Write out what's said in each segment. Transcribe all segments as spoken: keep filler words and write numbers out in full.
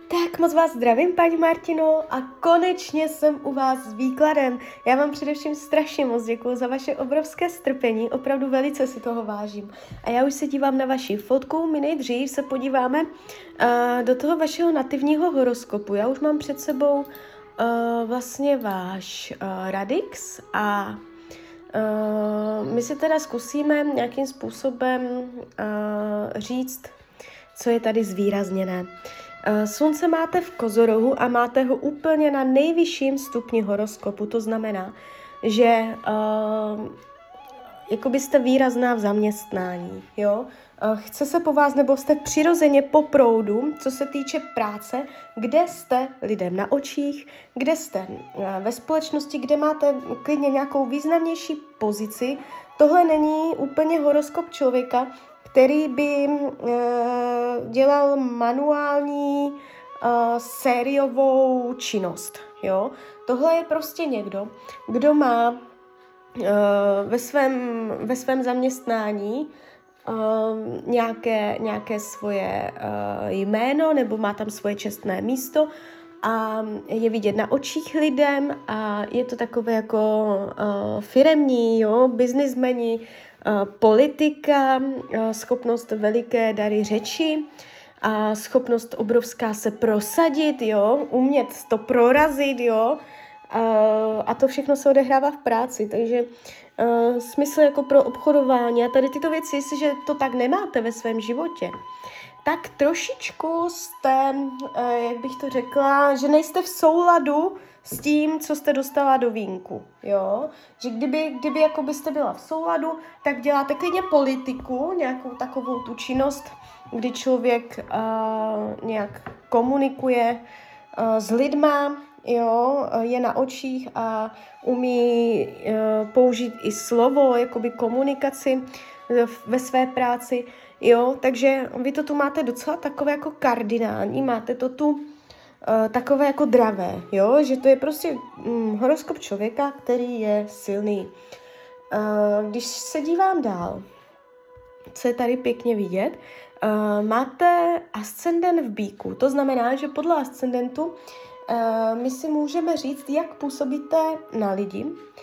Tak moc vás zdravím, paní Martino, a konečně jsem u vás s výkladem. Já vám především strašně moc děkuju za vaše obrovské strpení, opravdu velice si toho vážím. A já už se dívám na vaši fotku, my nejdřív se podíváme uh, do toho vašeho nativního horoskopu. Já už mám před sebou uh, vlastně váš uh, radix a uh, my si teda zkusíme nějakým způsobem uh, říct, co je tady zvýrazněné. Slunce máte v Kozorohu a máte ho úplně na nejvyšším stupni horoskopu, to znamená, že uh, jako byste výrazná v zaměstnání, jo? Uh, chce se po vás, nebo jste přirozeně po proudu, co se týče práce, kde jste lidem na očích, kde jste uh, ve společnosti, kde máte klidně nějakou významnější pozici. Tohle není úplně horoskop člověka, který by uh, dělal manuální uh, sériovou činnost. Jo? Tohle je prostě někdo, kdo má uh, ve, svém, ve svém zaměstnání uh, nějaké, nějaké svoje uh, jméno nebo má tam svoje čestné místo a je vidět na očích lidem a je to takové jako uh, firemní, jo, biznismeni, uh, politika, uh, schopnost veliké dary řeči a schopnost obrovská se prosadit, jo, umět to prorazit, jo, uh, a to všechno se odehrává v práci, takže uh, smysl jako pro obchodování a tady tyto věci, jestliže to tak nemáte ve svém životě, tak trošičku jste, jak bych to řekla, že nejste v souladu s tím, co jste dostala do vínku, jo? Že kdyby, kdyby jako byste byla v souladu, tak děláte klidně politiku, nějakou takovou tu činnost, kdy člověk uh, nějak komunikuje uh, s lidma, jo? Je na očích a umí uh, použít i slovo, jakoby komunikaci ve své práci. Jo, takže vy to tu máte docela takové jako kardinální, máte to tu uh, takové jako dravé, jo, že to je prostě um, horoskop člověka, který je silný. Uh, když se dívám dál, co je tady pěkně vidět, uh, máte ascendent v Býku, to znamená, že podle ascendentu uh, my si můžeme říct, jak působíte na lidi.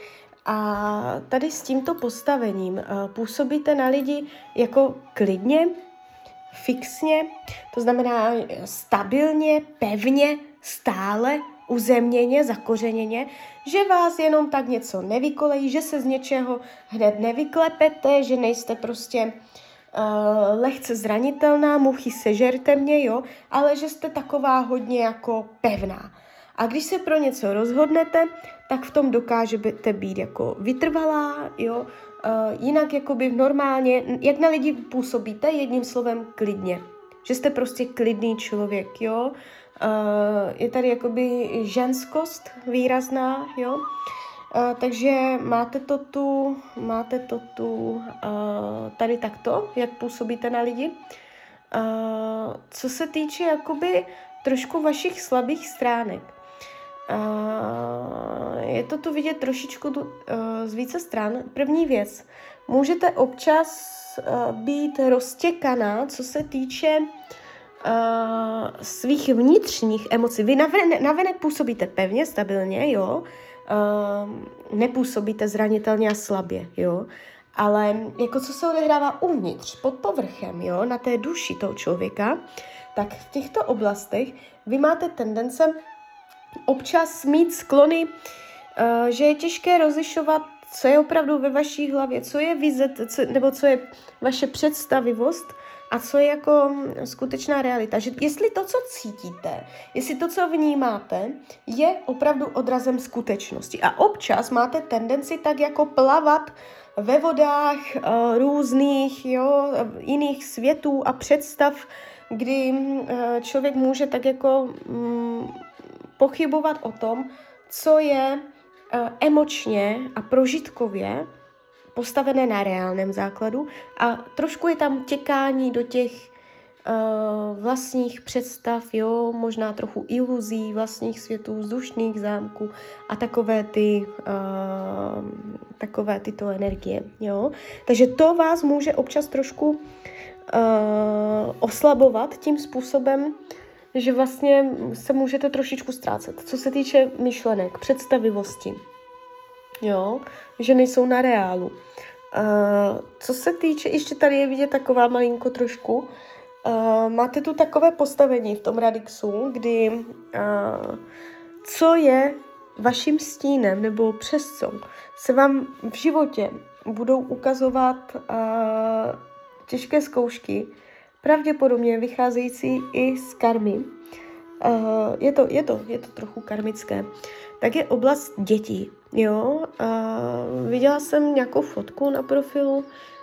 A tady s tímto postavením uh, působíte na lidi jako klidně, fixně, to znamená stabilně, pevně, stále, uzemněně, zakořeněně, že vás jenom tak něco nevykolejí, že se z něčeho hned nevyklepete, že nejste prostě uh, lehce zranitelná, muchy sežerte mě, jo, ale že jste taková hodně jako pevná. A když se pro něco rozhodnete, tak v tom dokážete být jako vytrvalá, jo, uh, jinak jakoby normálně, jak na lidi působíte, jedním slovem klidně, že jste prostě klidný člověk, jo, uh, je tady jakoby ženskost výrazná, jo, uh, takže máte to tu, máte to tu uh, tady takto, jak působíte na lidi. Uh, co se týče jakoby trošku vašich slabých stránek, Uh, je to tu vidět trošičku tu, uh, z více stran. První věc, můžete občas uh, být roztěkaná, co se týče uh, svých vnitřních emocí. Vy navenek, navenek působíte pevně, stabilně, jo, uh, nepůsobíte zranitelně a slabě, jo, ale jako co se odehrává uvnitř, pod povrchem, jo, na té duši toho člověka, tak v těchto oblastech vy máte tendence občas mít sklony, uh, že je těžké rozlišovat, co je opravdu ve vaší hlavě, co je vize, co, nebo co je vaše představivost a co je jako skutečná realita. Že jestli to, co cítíte, jestli to, co vnímáte, je opravdu odrazem skutečnosti. A občas máte tendenci tak jako plavat ve vodách uh, různých, jo, jiných světů a představ, kdy uh, člověk může tak jako um, pochybovat o tom, co je uh, emočně a prožitkově postavené na reálném základu a trošku je tam těkání do těch uh, vlastních představ, jo, možná trochu iluzí vlastních světů, vzdušných zámků a takové ty uh, takové tyto energie, jo. Takže to vás může občas trošku uh, oslabovat tím způsobem, že vlastně se můžete trošičku ztrácet. Co se týče myšlenek, představivosti, jo, že nejsou na reálu. Uh, co se týče, ještě tady je vidět taková malinko trošku, uh, máte tu takové postavení v tom radixu, kdy uh, co je vaším stínem, nebo přes co se vám v životě budou ukazovat uh, těžké zkoušky, pravděpodobně vycházející i z karmy. Uh, je, to, je, to, je to trochu karmické. Tak je oblast dětí. Jo? Uh, viděla jsem nějakou fotku na profilu, uh,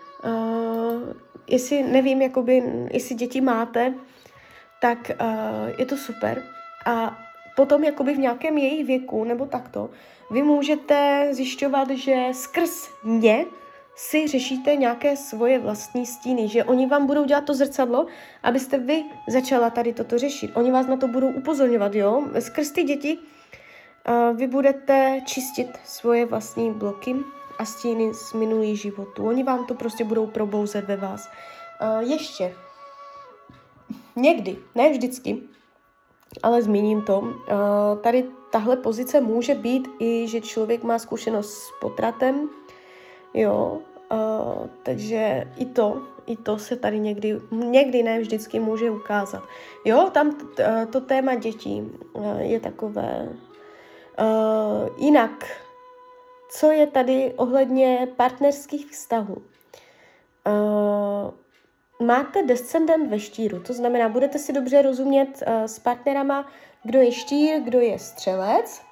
jestli nevím, jakoby, jestli děti máte, tak uh, je to super. A potom jakoby v nějakém jejich věku, nebo takto, vy můžete zjišťovat, že skrz ně si řešíte nějaké svoje vlastní stíny, že oni vám budou dělat to zrcadlo, abyste vy začala tady toto řešit. Oni vás na to budou upozorňovat, jo? Skrz ty děti uh, vy budete čistit svoje vlastní bloky a stíny z minulých životů. Oni vám to prostě budou probouzet ve vás. Uh, ještě. Někdy, ne vždycky, ale zmíním to. Uh, tady tahle pozice může být i, že člověk má zkušenost s potratem, jo, uh, takže i to, i to se tady někdy, někdy ne vždycky může ukázat. Jo, tam t, uh, to téma dětí uh, je takové. Uh, jinak, co je tady ohledně partnerských vztahů? Uh, máte descendent ve štíru, to znamená, budete si dobře rozumět uh, s partnerama, kdo je štír, kdo je střelec.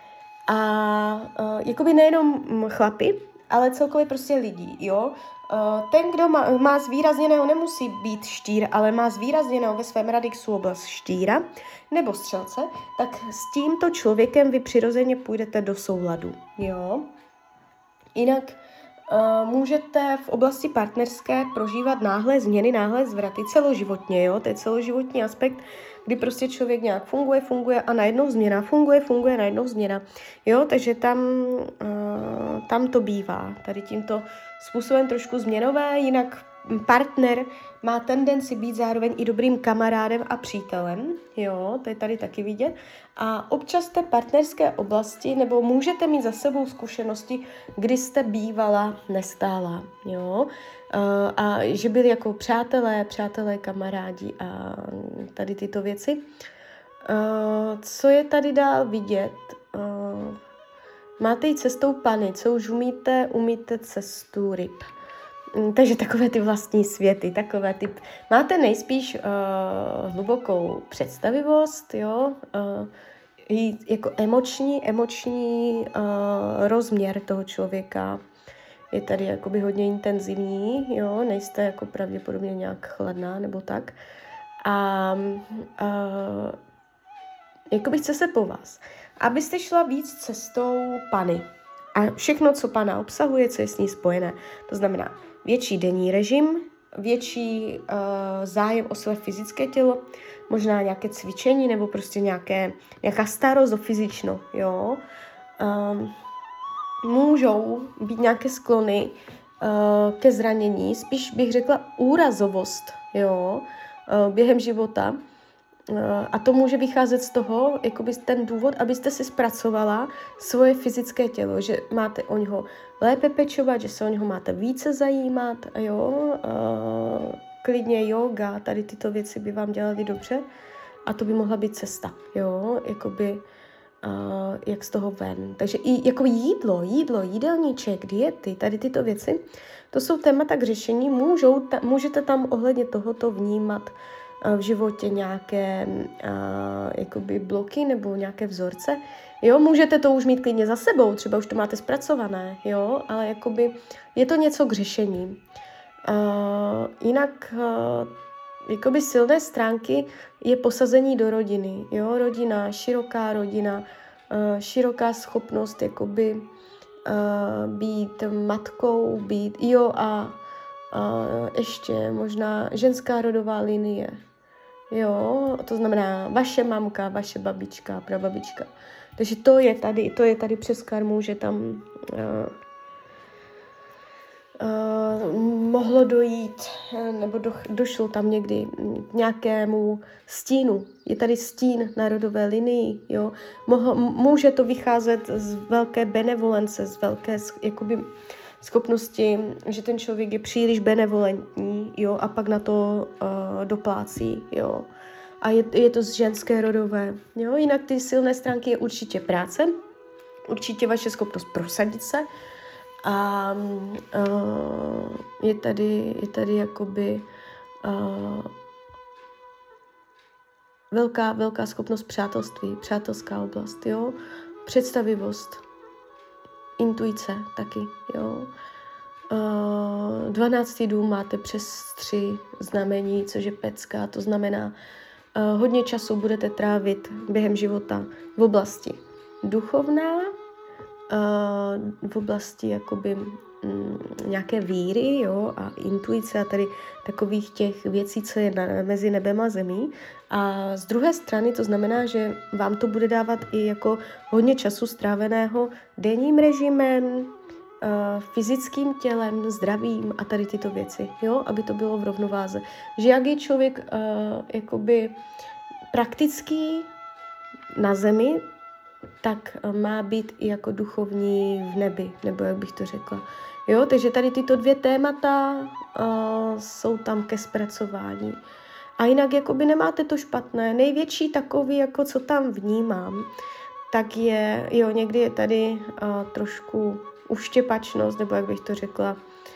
A uh, jakoby nejenom chlapi, ale celkově prostě lidí, jo. Uh, ten, kdo má, má zvýrazněného, nemusí být štír, ale má zvýrazněného ve svém radixu oblast štíra nebo střelce, tak s tímto člověkem vy přirozeně půjdete do souladu, jo. Jinak uh, můžete v oblasti partnerské prožívat náhlé změny, náhlé zvraty celoživotně, jo. To je celoživotní aspekt, kdy prostě člověk nějak funguje, funguje a najednou změna, funguje, funguje, najednou změna. Jo, takže tam, uh, tam to bývá, tady tímto způsobem trošku změnové, jinak partner má tendenci být zároveň i dobrým kamarádem a přítelem, jo, to je tady taky vidět. A občas té partnerské oblasti, nebo můžete mít za sebou zkušenosti, kdy jste bývala nestálá, jo, Uh, a že byli jako přátelé, přátelé, kamarádi a tady tyto věci. Uh, co je tady dál vidět? Uh, máte jít cestou Pany, co už umíte, umíte cestu ryb. Um, takže takové ty vlastní světy, takové ty... Máte nejspíš uh, hlubokou představivost, jo, uh, jako emoční, emoční uh, rozměr toho člověka. Je tady jakoby hodně intenzivní, jo, nejste jako pravděpodobně nějak chladná nebo tak. A uh, jakoby chce se po vás, abyste šla víc cestou Pany. A všechno, co Pana obsahuje, co je s ní spojené. To znamená větší denní režim, větší uh, zájem o své fyzické tělo, možná nějaké cvičení nebo prostě nějaké, nějaká starost o fyzično, jo. Um, Můžou být nějaké sklony uh, ke zranění, spíš bych řekla úrazovost, jo, uh, během života. Uh, a to může vycházet z toho, jakoby ten důvod, abyste si zpracovala svoje fyzické tělo, že máte o něho lépe pečovat, že se o něho máte více zajímat, jo, uh, klidně yoga, tady tyto věci by vám dělaly dobře a to by mohla být cesta, jo, jakoby Uh, jak z toho ven. Takže i jako jídlo, jídlo, jídelníček, diety, tady tyto věci, to jsou témata k řešení. Můžou, ta, můžete tam ohledně tohoto vnímat uh, v životě nějaké uh, jakoby bloky nebo nějaké vzorce. Jo, můžete to už mít klidně za sebou, třeba už to máte zpracované, jo, ale jakoby je to něco k řešení. Uh, jinak uh, jakoby silné stránky je posazení do rodiny, jo, rodina, široká rodina, uh, široká schopnost jakoby uh, být matkou, být, jo, a uh, ještě možná ženská rodová linie, jo, to znamená vaše mamka, vaše babička, prababička. Takže to je tady, to je tady přes karmu, že tam uh, Uh, mohlo dojít, nebo do, došlo tam někdy k nějakému stínu. Je tady stín na rodové linii, jo. Moho, může to vycházet z velké benevolence, z velké jakoby, schopnosti, že ten člověk je příliš benevolentní, jo, a pak na to uh, doplácí, jo. A je, je to z ženské rodové, jo. Jinak ty silné stránky je určitě práce, určitě vaše schopnost prosadit se, a uh, je tady, je tady jakoby uh, velká, velká schopnost přátelství, přátelská oblast, jo, představivost, intuice taky, jo. Uh, dvanáctý dům máte přes tři znamení, což je pecka, to znamená, uh, hodně času budete trávit během života v oblasti duchovná, Uh, v oblasti jakoby mm, nějaké víry, jo, a intuice a tady takových těch věcí, co je na, mezi nebem a zemí. A z druhé strany to znamená, že vám to bude dávat i jako hodně času stráveného denním režimem, uh, fyzickým tělem, zdravím a tady tyto věci, jo, aby to bylo v rovnováze. Že jak je člověk uh, jakoby praktický na zemi, tak má být i jako duchovní v nebi, nebo jak bych to řekla. Jo, takže tady tyto dvě témata uh, jsou tam ke zpracování. A jinak jakoby nemáte to špatné. Největší takový, jako co tam vnímám, tak je, jo, někdy je tady uh, trošku uštěpačnost, nebo jak bych to řekla,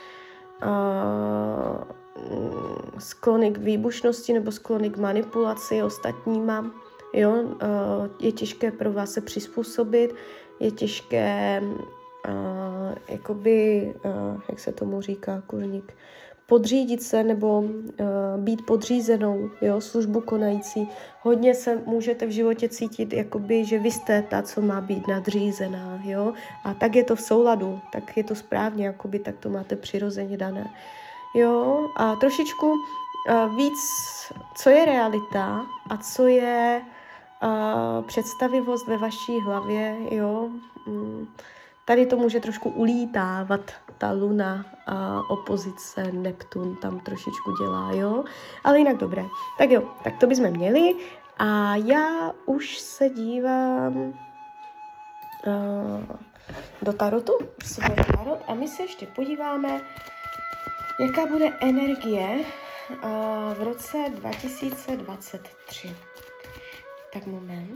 uh, sklony k výbušnosti nebo sklony k manipulaci ostatníma. Jo, uh, je těžké pro vás se přizpůsobit, je těžké uh, jakoby, uh, jak se tomu říká, kurník, podřídit se nebo uh, být podřízenou, jo, službu konající. Hodně se můžete v životě cítit, jakoby, že vy jste ta, co má být nadřízená, jo, a tak je to v souladu, tak je to správně, jakoby, tak to máte přirozeně dané. Jo, a trošičku uh, víc, co je realita a co je Uh, představivost ve vaší hlavě, jo. Mm, tady to může trošku ulítávat ta luna a opozice Neptun tam trošičku dělá, jo. Ale jinak dobré. Tak jo, tak to bychom měli a já už se dívám uh, do tarotu, svůj tarot a my se ještě podíváme, jaká bude energie uh, v roce dva tisíce dvacet tři. Tak moment.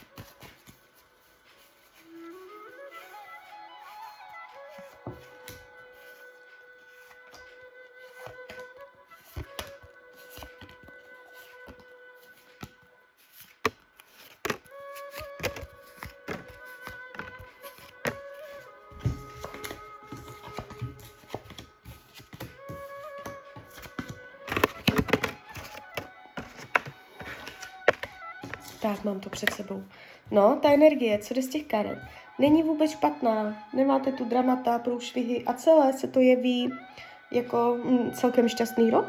Tak, mám to před sebou. No, ta energie, co jde z těch karet, není vůbec špatná. Nemáte tu dramata, průšvihy a celé se to jeví jako mm, celkem šťastný rok.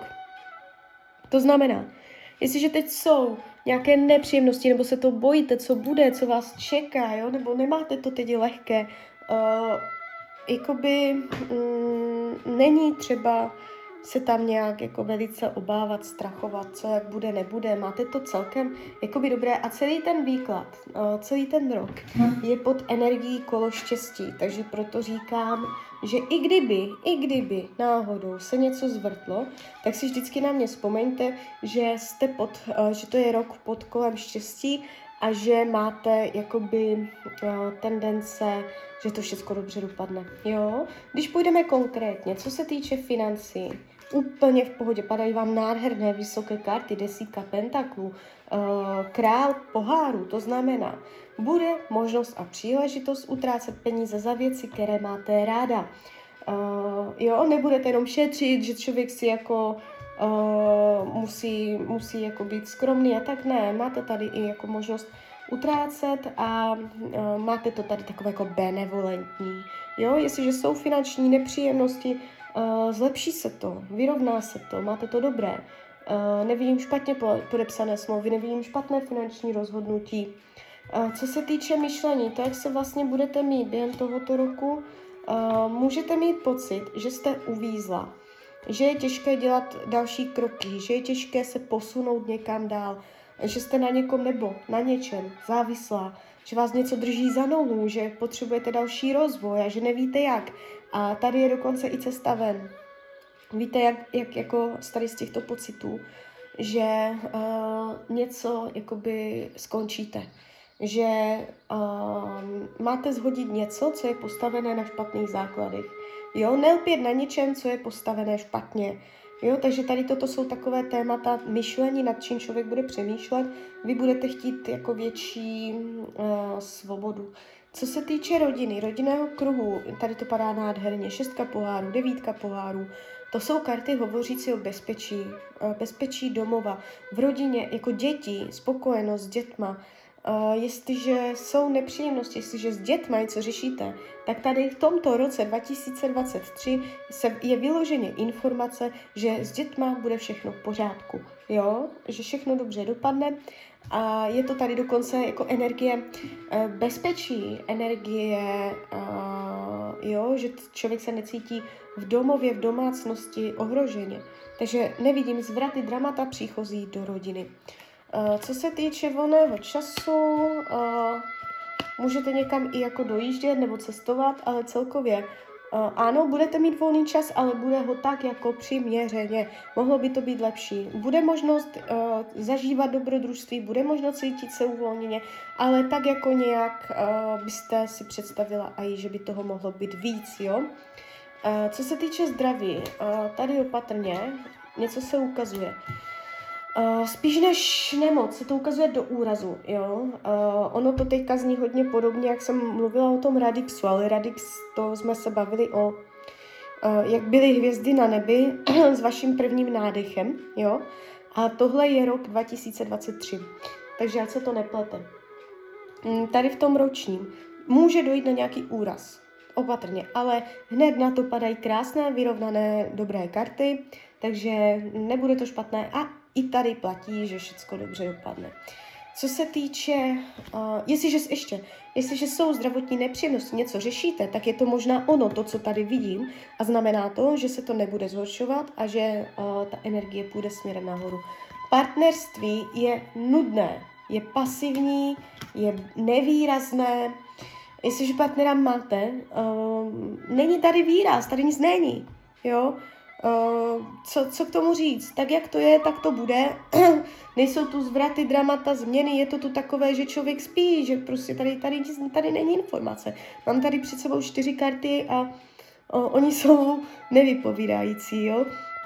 To znamená, jestliže teď jsou nějaké nepříjemnosti, nebo se to bojíte, co bude, co vás čeká, jo, nebo nemáte to teď lehké, uh, jakoby mm, není třeba se tam nějak jako velice obávat, strachovat, co jak bude, nebude. Máte to celkem jakoby dobré a celý ten výklad, celý ten rok je pod energií kolo štěstí, takže proto říkám, že i kdyby, i kdyby náhodou se něco zvrtlo, tak si vždycky na mě vzpomeňte, že jste pod, že to je rok pod kolem štěstí a že máte jakoby tendence, že to všechno dobře dopadne. Jo? Když půjdeme konkrétně, co se týče financí, úplně v pohodě, padají vám nádherné vysoké karty, desítka pentaklů, král poháru, to znamená, bude možnost a příležitost utrácet peníze za věci, které máte ráda. Uh, jo, nebudete jenom šetřit, že člověk si jako uh, musí, musí jako být skromný a tak ne, máte tady i jako možnost utrácet a uh, máte to tady takové jako benevolentní. Jo, jestliže jsou finanční nepříjemnosti, uh, zlepší se to, vyrovná se to, máte to dobré. Uh, nevidím špatně podepsané smlouvy, nevidím špatné finanční rozhodnutí. Uh, co se týče myšlení, to, jak se vlastně budete mít během tohoto roku, Uh, můžete mít pocit, že jste uvízla, že je těžké dělat další kroky, že je těžké se posunout někam dál, že jste na někom nebo na něčem závislá, že vás něco drží za nohu, že potřebujete další rozvoj a že nevíte jak. A tady je dokonce i cesta ven. Víte, jak, jak jako tady z těchto pocitů, že uh, něco jakoby skončíte. Že uh, máte zhodit něco, co je postavené na špatných základech. Jo, nelpět na něčem, co je postavené špatně. Jo, takže tady toto jsou takové témata myšlení, nad čím člověk bude přemýšlet. Vy budete chtít jako větší uh, svobodu. Co se týče rodiny, rodinného kruhu, tady to padá nádherně, šestka pohárů, devítka pohárů, to jsou karty hovořící o bezpečí, uh, bezpečí domova, v rodině, jako děti, spokojenost s dětma. Uh, jestliže jsou nepříjemnosti, jestliže s dětma něco řešíte, tak tady v tomto roce dva tisíce dvacet tři se je vyloženě informace, že s dětma bude všechno v pořádku, jo? Že všechno dobře dopadne a je to tady dokonce jako energie uh, bezpečí, energie, uh, jo? Že člověk se necítí v domově, v domácnosti ohroženě. Takže nevidím zvraty, dramata příchozí do rodiny. Uh, co se týče volného času, uh, můžete někam i jako dojíždět nebo cestovat, ale celkově uh, ano, budete mít volný čas, ale bude ho tak jako přiměřeně. Mohlo by to být lepší. Bude možnost uh, zažívat dobrodružství, bude možnost cítit se uvolněně, ale tak jako nějak uh, byste si představila i, že by toho mohlo být víc, jo? Uh, co se týče zdraví, uh, tady opatrně, něco se ukazuje. Uh, spíš než nemoc, se to ukazuje do úrazu, jo. Uh, ono to teďka zní hodně podobně, jak jsem mluvila o tom Radixu, ale Radix, to jsme se bavili o, uh, jak byly hvězdy na nebi s vaším prvním nádechem, jo. A tohle je rok dva tisíce dvacet tři, takže ať se to neplete. Um, tady v tom ročním může dojít na nějaký úraz, opatrně, ale hned na to padají krásné, vyrovnané, dobré karty, takže nebude to špatné a i tady platí, že všechno dobře dopadne. Co se týče, uh, jestliže ještě, jestliže jsou zdravotní nepříjemnosti, něco řešíte, tak je to možná ono, to, co tady vidím, a znamená to, že se to nebude zhoršovat a že uh, ta energie půjde směrem nahoru. Partnerství je nudné, je pasivní, je nevýrazné. Jestliže partnera máte, uh, není tady výraz, tady nic není, jo. Uh, co, co k tomu říct? Tak jak to je, tak to bude. Nejsou tu zvraty, dramata, změny, je to tu takové, že člověk spí, že prostě tady, tady, tady není informace. Mám tady před sebou čtyři karty a uh, oni jsou nevypovídající, jo.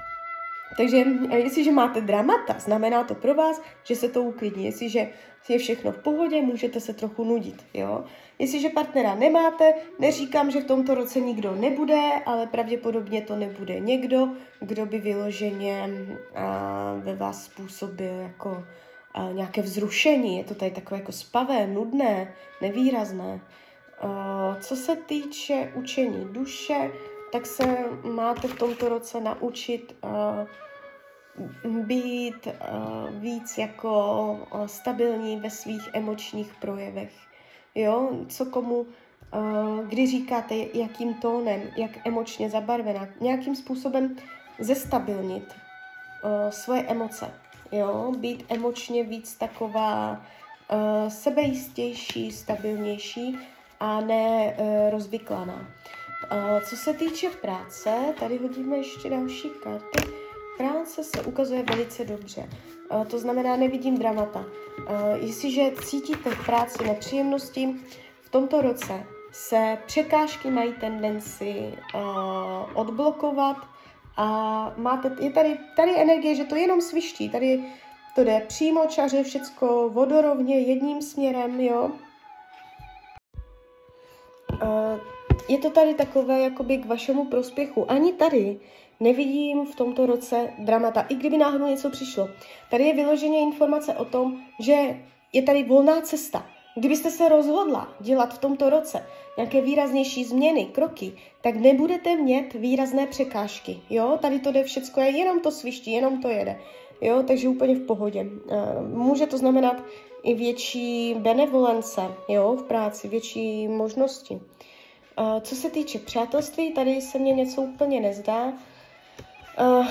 Takže jestliže máte dramata, znamená to pro vás, že se to uklidní. Jestliže je všechno v pohodě, můžete se trochu nudit, jo. Jestliže partnera nemáte, neříkám, že v tomto roce nikdo nebude, ale pravděpodobně to nebude někdo, kdo by vyloženě a, ve vás způsobil jako a, nějaké vzrušení. Je to tady takové jako spavé, nudné, nevýrazné. A, co se týče učení duše, tak se máte v tomto roce naučit uh, být uh, víc jako uh, stabilní ve svých emočních projevech. Jo, co komu, uh, kdy říkáte, jakým tónem, jak emočně zabarvená, nějakým způsobem zestabilnit uh, svoje emoce. Jo, být emočně víc taková uh, sebejistější, stabilnější a ne uh, rozvyklaná. Uh, co se týče práce, tady hodíme ještě další karty. Práce se ukazuje velice dobře. Uh, to znamená, nevidím dramata. Uh, jestliže cítíte v práci nepříjemnosti, v tomto roce se překážky mají tendenci uh, odblokovat a máte, je tady, tady energie, že to jenom sviští. Tady to jde přímo čaře, všecko vodorovně, jedním směrem, jo. Uh, Je to tady takové jakoby k vašemu prospěchu. Ani tady nevidím v tomto roce dramata, i kdyby náhodou něco přišlo. Tady je vyloženě informace o tom, že je tady volná cesta. Kdybyste se rozhodla dělat v tomto roce nějaké výraznější změny, kroky, tak nebudete mít výrazné překážky. Jo? Tady to jde všecko, jenom to sviští, jenom to jede. Jo? Takže úplně v pohodě. Může to znamenat i větší benevolence, jo? V práci, větší možnosti. Uh, co se týče přátelství, tady se mně něco úplně nezdá. Uh,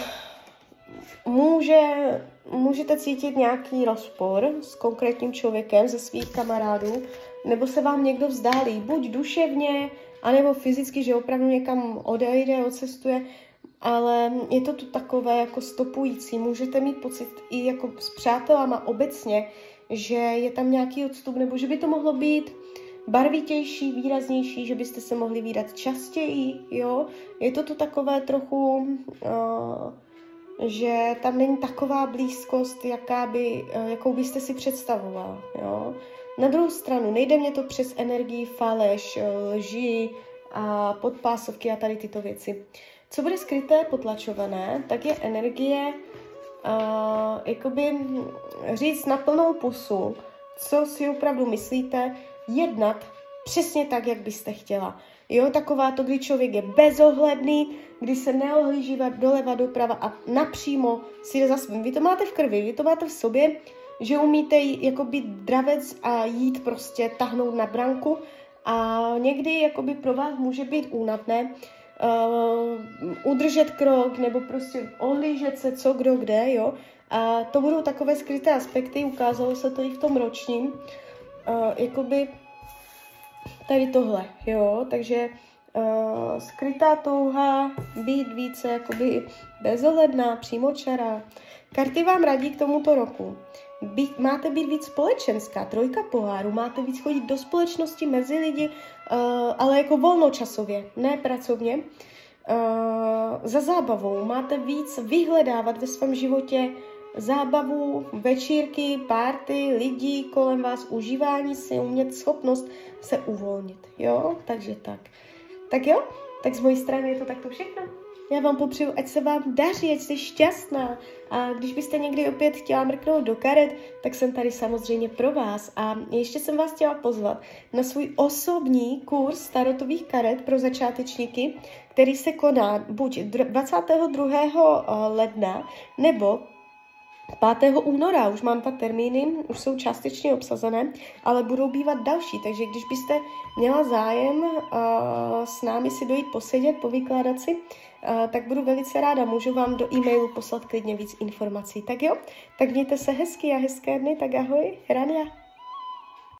může, můžete cítit nějaký rozpor s konkrétním člověkem, ze svých kamarádů, nebo se vám někdo vzdálí, buď duševně, anebo fyzicky, že opravdu někam odejde, odcestuje, ale je to tu takové jako stopující. Můžete mít pocit i jako s přátelama obecně, že je tam nějaký odstup, nebo že by to mohlo být barvitější, výraznější, že byste se mohli vídat častěji, jo. Je to tu takové trochu, uh, že tam není taková blízkost, jaká by, uh, jakou byste si představoval, jo. Na druhou stranu, nejde mě to přes energii, faleš, lži a podpásovky a tady tyto věci. Co bude skryté, potlačované, tak je energie, uh, jakoby říct na plnou pusu, co si opravdu myslíte, jednat přesně tak, jak byste chtěla. Jo, taková to, kdy člověk je bezohledný, kdy se neohlíží doleva, doprava a napřímo si jde za svým. Vy to máte v krvi, vy to máte v sobě, že umíte jako být dravec a jít prostě tahnout na branku a někdy jakoby pro vás může být únavné uh, udržet krok nebo prostě ohlížet se co, kdo, kde, jo. A to budou takové skryté aspekty, ukázalo se to i v tom ročním, uh, jakoby tady tohle, jo, takže uh, skrytá touha být více jakoby bezohledná, přímočará. Karty vám radí k tomuto roku. Být, máte být víc společenská, trojka poháru, máte víc chodit do společnosti mezi lidi, uh, ale jako volnočasově, ne pracovně. Uh, za zábavou máte víc vyhledávat ve svém životě zábavu, večírky, párty, lidí kolem vás, užívání si, umět schopnost se uvolnit, jo, takže tak. Tak jo, tak z mojí strany je to takto všechno. Já vám popřeju, ať se vám daří, ať jste šťastná a když byste někdy opět chtěla mrknout do karet, tak jsem tady samozřejmě pro vás a ještě jsem vás chtěla pozvat na svůj osobní kurz tarotových karet pro začátečníky, který se koná buď dvacátého druhého ledna nebo pátého února, už mám dva termíny, už jsou částečně obsazené, ale budou bývat další, takže když byste měla zájem uh, s námi si dojít posedět, povykládat si, uh, tak budu velice ráda, můžu vám do e-mailu poslat klidně víc informací. Tak jo, tak mějte se hezky a hezké dny, tak ahoj, Rania.